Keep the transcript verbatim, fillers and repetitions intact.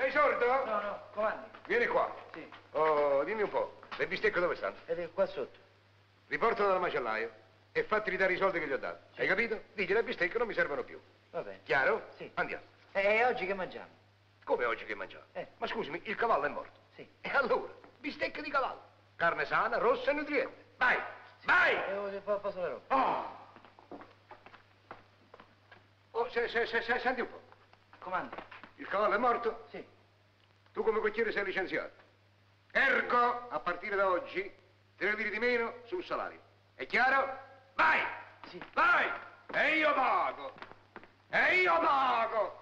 sei sordo? No, no, comandi. Vieni qua. Sì. Oh, dimmi un po', le bistecche dove stanno? Ed è qua sotto. Riportalo dal macellaio e fatti ridare i soldi che gli ho dato. Sì. Hai capito? Digli le bistecche non mi servono più. Va bene. Chiaro? Sì. Andiamo. E oggi che mangiamo? Come oggi che mangiamo? Eh. Ma scusami, il cavallo è morto. Sì. E allora? Bistecche di cavallo. Carne sana, rossa e nutriente. Vai! Vai! E ora posso la roba. Oh! Oh, se, se, se, se, senti un po'. Comandi. Il cavallo è morto? Sì. Tu come cocchiere sei licenziato. Ergo, a partire da oggi, tre lire di meno sul salario. È chiaro? Vai! Sì. Vai! E io pago! E io pago!